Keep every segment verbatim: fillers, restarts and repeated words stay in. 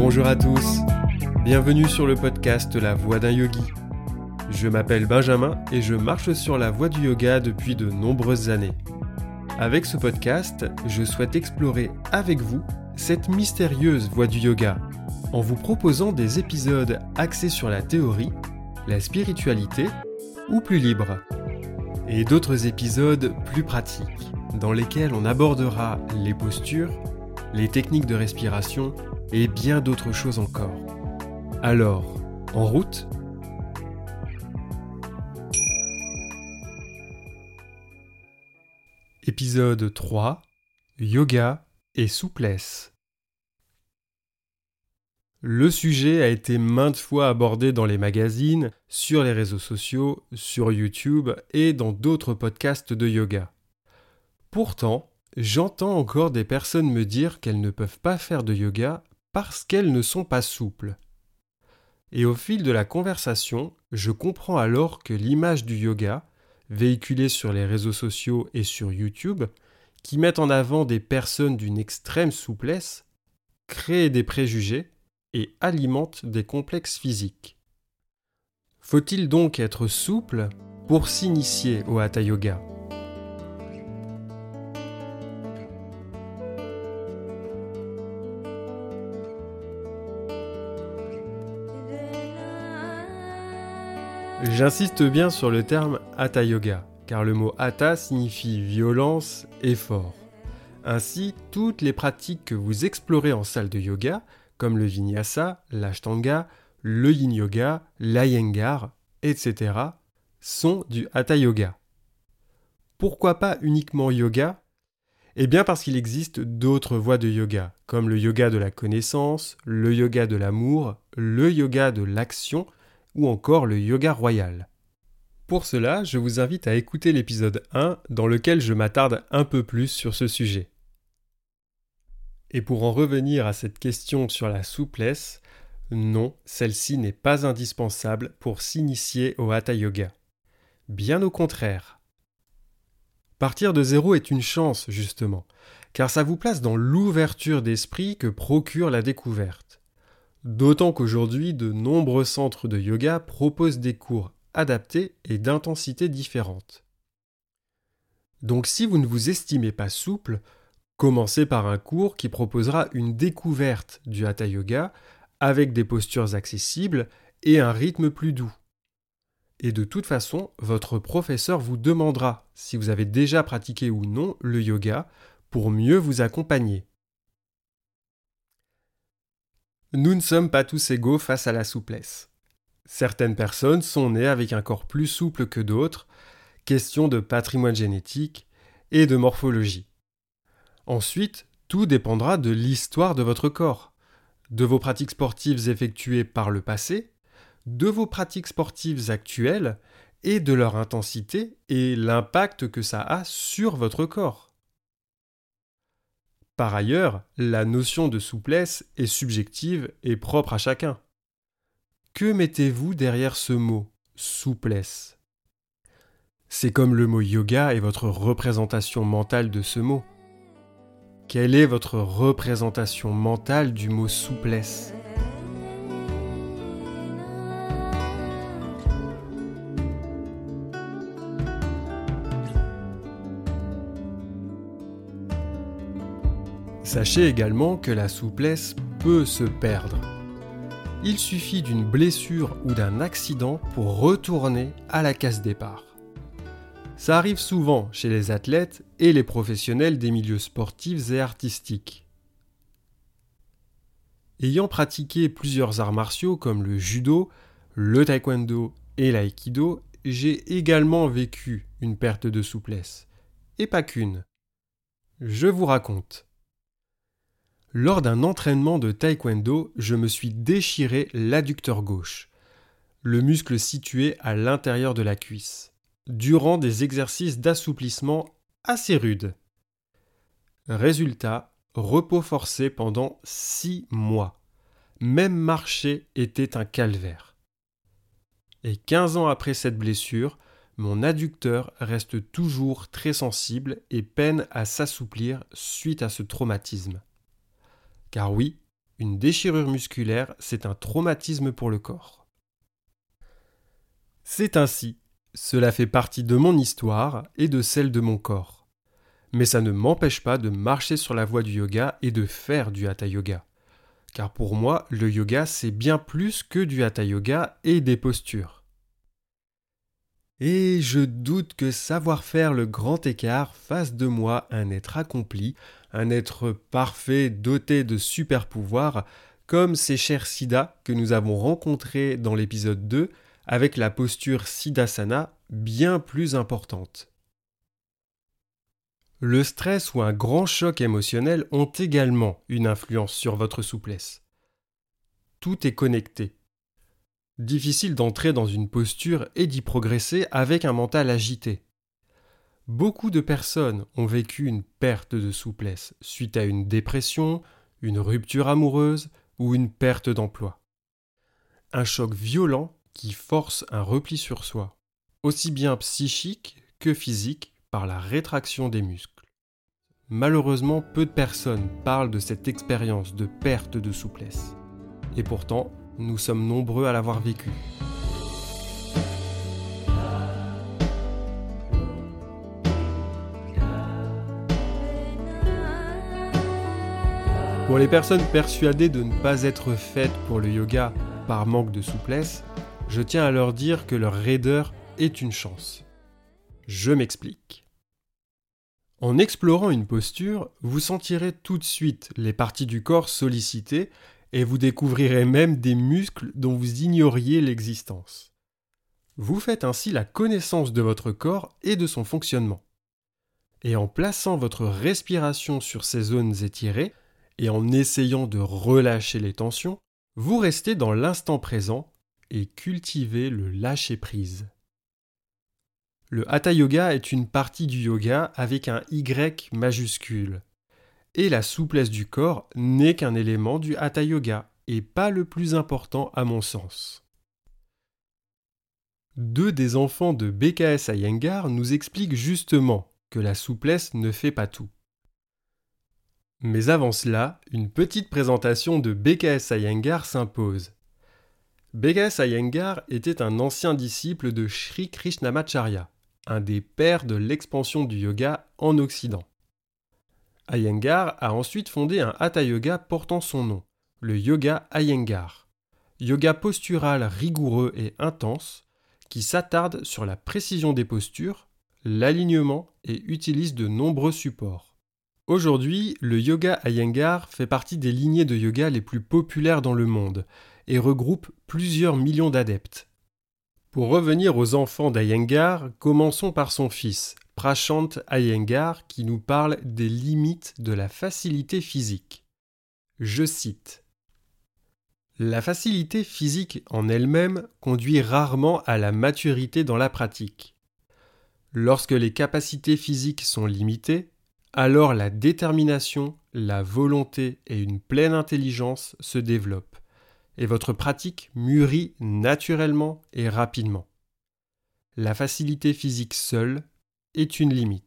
Bonjour à tous, bienvenue sur le podcast La Voix d'un Yogi. Je m'appelle Benjamin et je marche sur la voie du yoga depuis de nombreuses années. Avec ce podcast, je souhaite explorer avec vous cette mystérieuse voie du yoga, en vous proposant des épisodes axés sur la théorie, la spiritualité ou plus libre, et d'autres épisodes plus pratiques, dans lesquels on abordera les postures, les techniques de respiration et bien d'autres choses encore. Alors, en route ? Épisode trois, Yoga et souplesse. Le sujet a été maintes fois abordé dans les magazines, sur les réseaux sociaux, sur YouTube et dans d'autres podcasts de yoga. Pourtant, j'entends encore des personnes me dire qu'elles ne peuvent pas faire de yoga parce qu'elles ne sont pas souples. Et au fil de la conversation, je comprends alors que l'image du yoga, véhiculée sur les réseaux sociaux et sur YouTube, qui mettent en avant des personnes d'une extrême souplesse, crée des préjugés et alimente des complexes physiques. Faut-il donc être souple pour s'initier au Hatha Yoga ? J'insiste bien sur le terme Hatha Yoga, car le mot Hatha signifie violence, effort. Ainsi, toutes les pratiques que vous explorez en salle de yoga, comme le Vinyasa, l'Ashtanga, le Yin Yoga, l'Iyengar, et cetera, sont du Hatha Yoga. Pourquoi pas uniquement yoga ? Eh bien parce qu'il existe d'autres voies de yoga, comme le yoga de la connaissance, le yoga de l'amour, le yoga de l'action, ou encore le yoga royal. Pour cela, je vous invite à écouter l'épisode un dans lequel je m'attarde un peu plus sur ce sujet. Et pour en revenir à cette question sur la souplesse, non, celle-ci n'est pas indispensable pour s'initier au Hatha Yoga. Bien au contraire. Partir de zéro est une chance, justement, car ça vous place dans l'ouverture d'esprit que procure la découverte. D'autant qu'aujourd'hui, de nombreux centres de yoga proposent des cours adaptés et d'intensités différentes. Donc si vous ne vous estimez pas souple, commencez par un cours qui proposera une découverte du Hatha Yoga avec des postures accessibles et un rythme plus doux. Et de toute façon, votre professeur vous demandera si vous avez déjà pratiqué ou non le yoga pour mieux vous accompagner. Nous ne sommes pas tous égaux face à la souplesse. Certaines personnes sont nées avec un corps plus souple que d'autres, question de patrimoine génétique et de morphologie. Ensuite, tout dépendra de l'histoire de votre corps, de vos pratiques sportives effectuées par le passé, de vos pratiques sportives actuelles et de leur intensité et l'impact que ça a sur votre corps. Par ailleurs, la notion de souplesse est subjective et propre à chacun. Que mettez-vous derrière ce mot « souplesse » ? C'est comme le mot « yoga » et votre représentation mentale de ce mot. Quelle est votre représentation mentale du mot « souplesse » ? Sachez également que la souplesse peut se perdre. Il suffit d'une blessure ou d'un accident pour retourner à la case départ. Ça arrive souvent chez les athlètes et les professionnels des milieux sportifs et artistiques. Ayant pratiqué plusieurs arts martiaux comme le judo, le taekwondo et l'aïkido, j'ai également vécu une perte de souplesse. Et pas qu'une. Je vous raconte. Lors d'un entraînement de taekwondo, je me suis déchiré l'adducteur gauche, le muscle situé à l'intérieur de la cuisse, durant des exercices d'assouplissement assez rudes. Résultat, repos forcé pendant six mois. Même marcher était un calvaire. Et quinze ans après cette blessure, mon adducteur reste toujours très sensible et peine à s'assouplir suite à ce traumatisme. Car oui, Une déchirure musculaire, c'est un traumatisme pour le corps. C'est ainsi, cela fait partie de mon histoire et de celle de mon corps. Mais ça ne m'empêche pas de marcher sur la voie du yoga et de faire du hatha yoga. Car pour moi, le yoga, c'est bien plus que du hatha yoga et des postures. Et je doute que savoir faire le grand écart fasse de moi un être accompli, un être parfait doté de super pouvoirs, comme ces chers Siddhas que nous avons rencontrés dans l'épisode deux, avec la posture Siddhasana bien plus importante. Le stress ou un grand choc émotionnel ont également une influence sur votre souplesse. Tout est connecté. Difficile d'entrer dans une posture et d'y progresser avec un mental agité. Beaucoup de personnes ont vécu une perte de souplesse suite à une dépression, une rupture amoureuse ou une perte d'emploi. Un choc violent qui force un repli sur soi, aussi bien psychique que physique par la rétraction des muscles. Malheureusement, peu de personnes parlent de cette expérience de perte de souplesse. Et pourtant, nous sommes nombreux à l'avoir vécu. Pour les personnes persuadées de ne pas être faites pour le yoga par manque de souplesse, je tiens à leur dire que leur raideur est une chance. Je m'explique. En explorant une posture, vous sentirez tout de suite les parties du corps sollicitées et vous découvrirez même des muscles dont vous ignoriez l'existence. Vous faites ainsi la connaissance de votre corps et de son fonctionnement. Et en plaçant votre respiration sur ces zones étirées et en essayant de relâcher les tensions, vous restez dans l'instant présent et cultivez le lâcher-prise. Le Hatha Yoga est une partie du yoga avec un Y majuscule. Et la souplesse du corps n'est qu'un élément du Hatha Yoga et pas le plus important à mon sens. Deux des enfants de B K S Iyengar nous expliquent justement que la souplesse ne fait pas tout. Mais avant cela, une petite présentation de B K S Iyengar s'impose. B K S Iyengar était un ancien disciple de Sri Krishnamacharya, un des pères de l'expansion du yoga en Occident. Iyengar a ensuite fondé un Hatha Yoga portant son nom, le Yoga Iyengar, yoga postural rigoureux et intense qui s'attarde sur la précision des postures, l'alignement et utilise de nombreux supports. Aujourd'hui, le Yoga Iyengar fait partie des lignées de yoga les plus populaires dans le monde et regroupe plusieurs millions d'adeptes. Pour revenir aux enfants d'Iyengar, commençons par son fils, Prashant Iyengar, qui nous parle des limites de la facilité physique. Je cite. « La facilité physique en elle-même conduit rarement à la maturité dans la pratique. Lorsque les capacités physiques sont limitées, alors la détermination, la volonté et une pleine intelligence se développent. Et votre pratique mûrit naturellement et rapidement. La facilité physique seule est une limite. »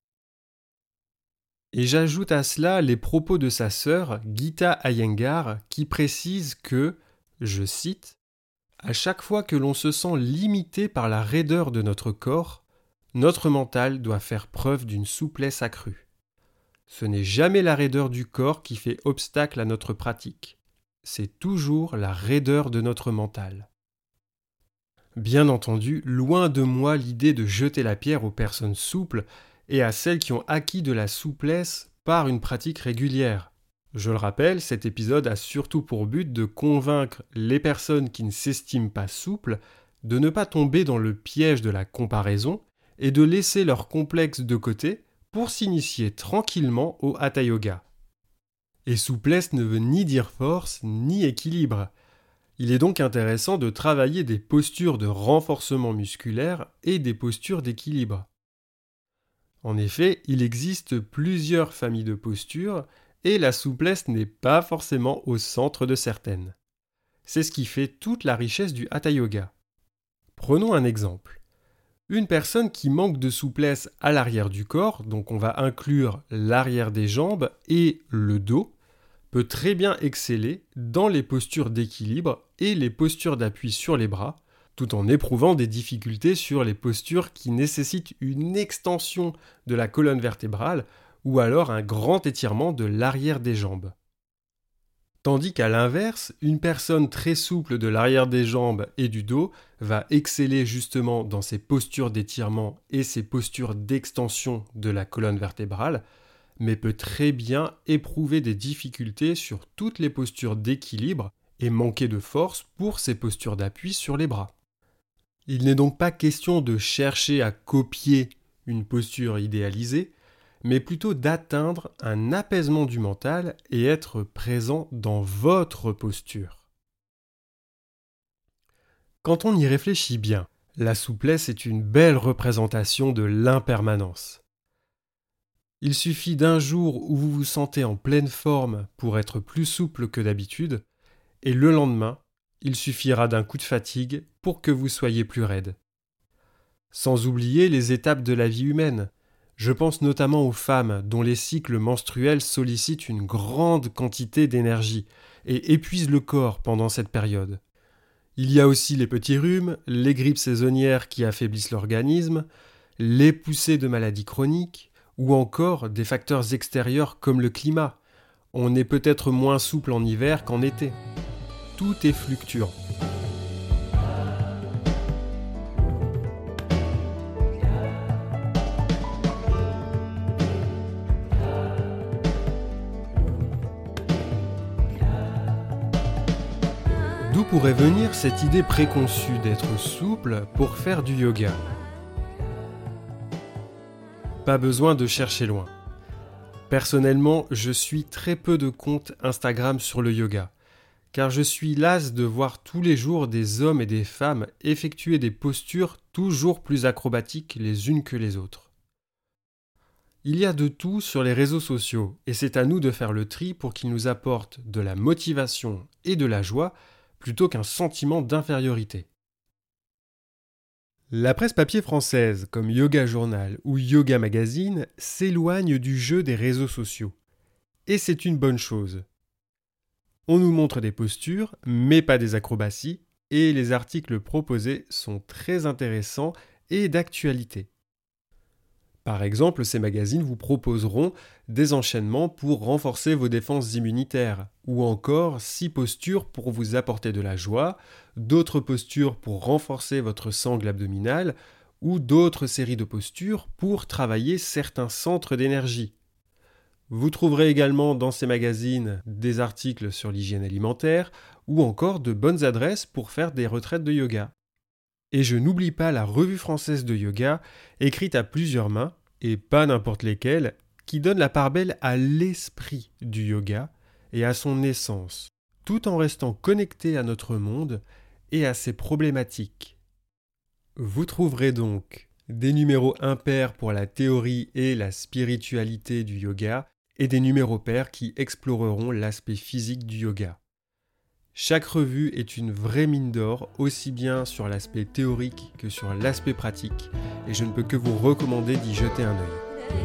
Et j'ajoute à cela les propos de sa sœur, Gita Iyengar, qui précise que, je cite, « À chaque fois que l'on se sent limité par la raideur de notre corps, notre mental doit faire preuve d'une souplesse accrue. Ce n'est jamais la raideur du corps qui fait obstacle à notre pratique. C'est toujours la raideur de notre mental. » Bien entendu, loin de moi l'idée de jeter la pierre aux personnes souples et à celles qui ont acquis de la souplesse par une pratique régulière. Je le rappelle, cet épisode a surtout pour but de convaincre les personnes qui ne s'estiment pas souples de ne pas tomber dans le piège de la comparaison et de laisser leur complexe de côté pour s'initier tranquillement au Hatha Yoga. Et souplesse ne veut ni dire force ni équilibre. Il est donc intéressant de travailler des postures de renforcement musculaire et des postures d'équilibre. En effet, il existe plusieurs familles de postures et la souplesse n'est pas forcément au centre de certaines. C'est ce qui fait toute la richesse du Hatha Yoga. Prenons un exemple. Une personne qui manque de souplesse à l'arrière du corps, donc on va inclure l'arrière des jambes et le dos, peut très bien exceller dans les postures d'équilibre et les postures d'appui sur les bras, tout en éprouvant des difficultés sur les postures qui nécessitent une extension de la colonne vertébrale ou alors un grand étirement de l'arrière des jambes. Tandis qu'à l'inverse, une personne très souple de l'arrière des jambes et du dos va exceller justement dans ses postures d'étirement et ses postures d'extension de la colonne vertébrale, mais peut très bien éprouver des difficultés sur toutes les postures d'équilibre et manquer de force pour ses postures d'appui sur les bras. Il n'est donc pas question de chercher à copier une posture idéalisée, mais plutôt d'atteindre un apaisement du mental et être présent dans votre posture. Quand on y réfléchit bien, la souplesse est une belle représentation de l'impermanence. Il suffit d'un jour où vous vous sentez en pleine forme pour être plus souple que d'habitude, et le lendemain, il suffira d'un coup de fatigue pour que vous soyez plus raide. Sans oublier les étapes de la vie humaine. Je pense notamment aux femmes dont les cycles menstruels sollicitent une grande quantité d'énergie et épuisent le corps pendant cette période. Il y a aussi les petits rhumes, les grippes saisonnières qui affaiblissent l'organisme, les poussées de maladies chroniques ou encore des facteurs extérieurs comme le climat. On est peut-être moins souple en hiver qu'en été. Tout est fluctuant. D'où pourrait venir cette idée préconçue d'être souple pour faire du yoga ? Pas besoin de chercher loin. Personnellement, je suis très peu de comptes Instagram sur le yoga, car je suis las de voir tous les jours des hommes et des femmes effectuer des postures toujours plus acrobatiques les unes que les autres. Il y a de tout sur les réseaux sociaux, et c'est à nous de faire le tri pour qu'ils nous apportent de la motivation et de la joie, plutôt qu'un sentiment d'infériorité. La presse papier française, comme Yoga Journal ou Yoga Magazine, s'éloigne du jeu des réseaux sociaux. Et c'est une bonne chose. On nous montre des postures, mais pas des acrobaties, et les articles proposés sont très intéressants et d'actualité. Par exemple, ces magazines vous proposeront des enchaînements pour renforcer vos défenses immunitaires, ou encore six postures pour vous apporter de la joie, d'autres postures pour renforcer votre sangle abdominale, ou d'autres séries de postures pour travailler certains centres d'énergie. Vous trouverez également dans ces magazines des articles sur l'hygiène alimentaire, ou encore de bonnes adresses pour faire des retraites de yoga. Et je n'oublie pas la Revue française de yoga, écrite à plusieurs mains, et pas n'importe lesquelles, qui donne la part belle à l'esprit du yoga et à son essence, tout en restant connecté à notre monde et à ses problématiques. Vous trouverez donc des numéros impairs pour la théorie et la spiritualité du yoga et des numéros pairs qui exploreront l'aspect physique du yoga. Chaque revue est une vraie mine d'or, aussi bien sur l'aspect théorique que sur l'aspect pratique, et je ne peux que vous recommander d'y jeter un œil.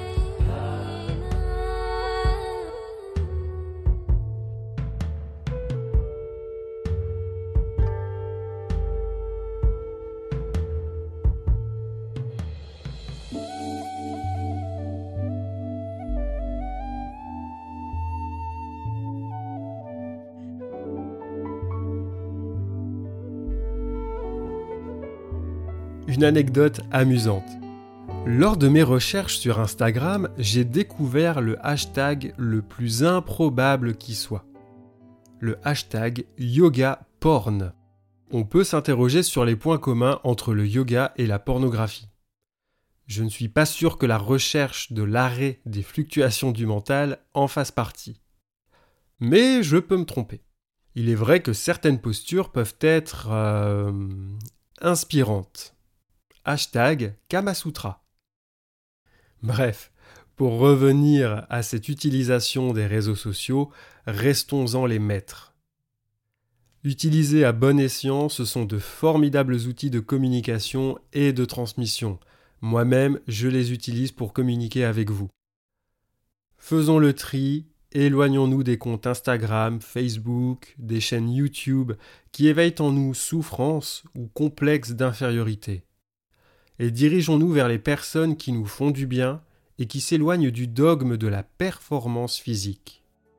Une anecdote amusante. Lors de mes recherches sur Instagram, j'ai découvert le hashtag le plus improbable qui soit. Le hashtag yoga porn. On peut s'interroger sur les points communs entre le yoga et la pornographie. Je ne suis pas sûr que la recherche de l'arrêt des fluctuations du mental en fasse partie. Mais je peux me tromper. Il est vrai que certaines postures peuvent être euh, inspirantes. Hashtag Kamasutra. Bref, pour revenir à cette utilisation des réseaux sociaux, restons-en les maîtres. Utilisés à bon escient, ce sont de formidables outils de communication et de transmission. Moi-même, je les utilise pour communiquer avec vous. Faisons le tri éloignons-nous des comptes Instagram, Facebook, des chaînes YouTube qui éveillent en nous souffrance ou complexe d'infériorité. Et dirigeons-nous vers les personnes qui nous font du bien et qui s'éloignent du dogme de la performance physique.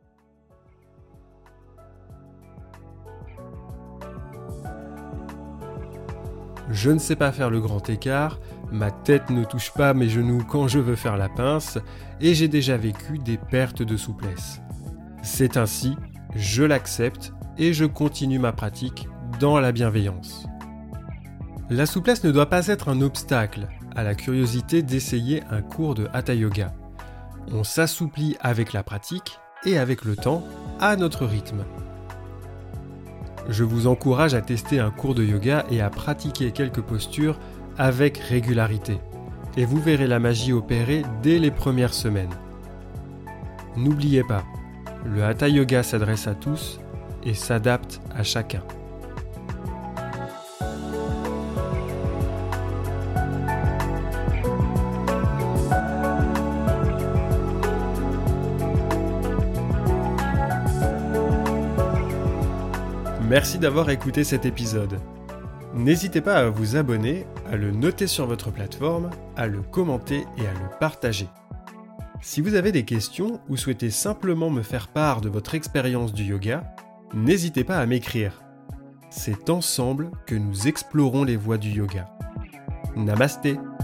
Je ne sais pas faire le grand écart, ma tête ne touche pas mes genoux quand je veux faire la pince, et j'ai déjà vécu des pertes de souplesse. C'est ainsi, je l'accepte et je continue ma pratique dans la bienveillance. La souplesse ne doit pas être un obstacle à la curiosité d'essayer un cours de Hatha Yoga. On s'assouplit avec la pratique et avec le temps, à notre rythme. Je vous encourage à tester un cours de yoga et à pratiquer quelques postures avec régularité. Et vous verrez la magie opérer dès les premières semaines. N'oubliez pas, le Hatha Yoga s'adresse à tous et s'adapte à chacun. Merci d'avoir écouté cet épisode. N'hésitez pas à vous abonner, à le noter sur votre plateforme, à le commenter et à le partager. Si vous avez des questions ou souhaitez simplement me faire part de votre expérience du yoga, n'hésitez pas à m'écrire. C'est ensemble que nous explorons les voies du yoga. Namasté!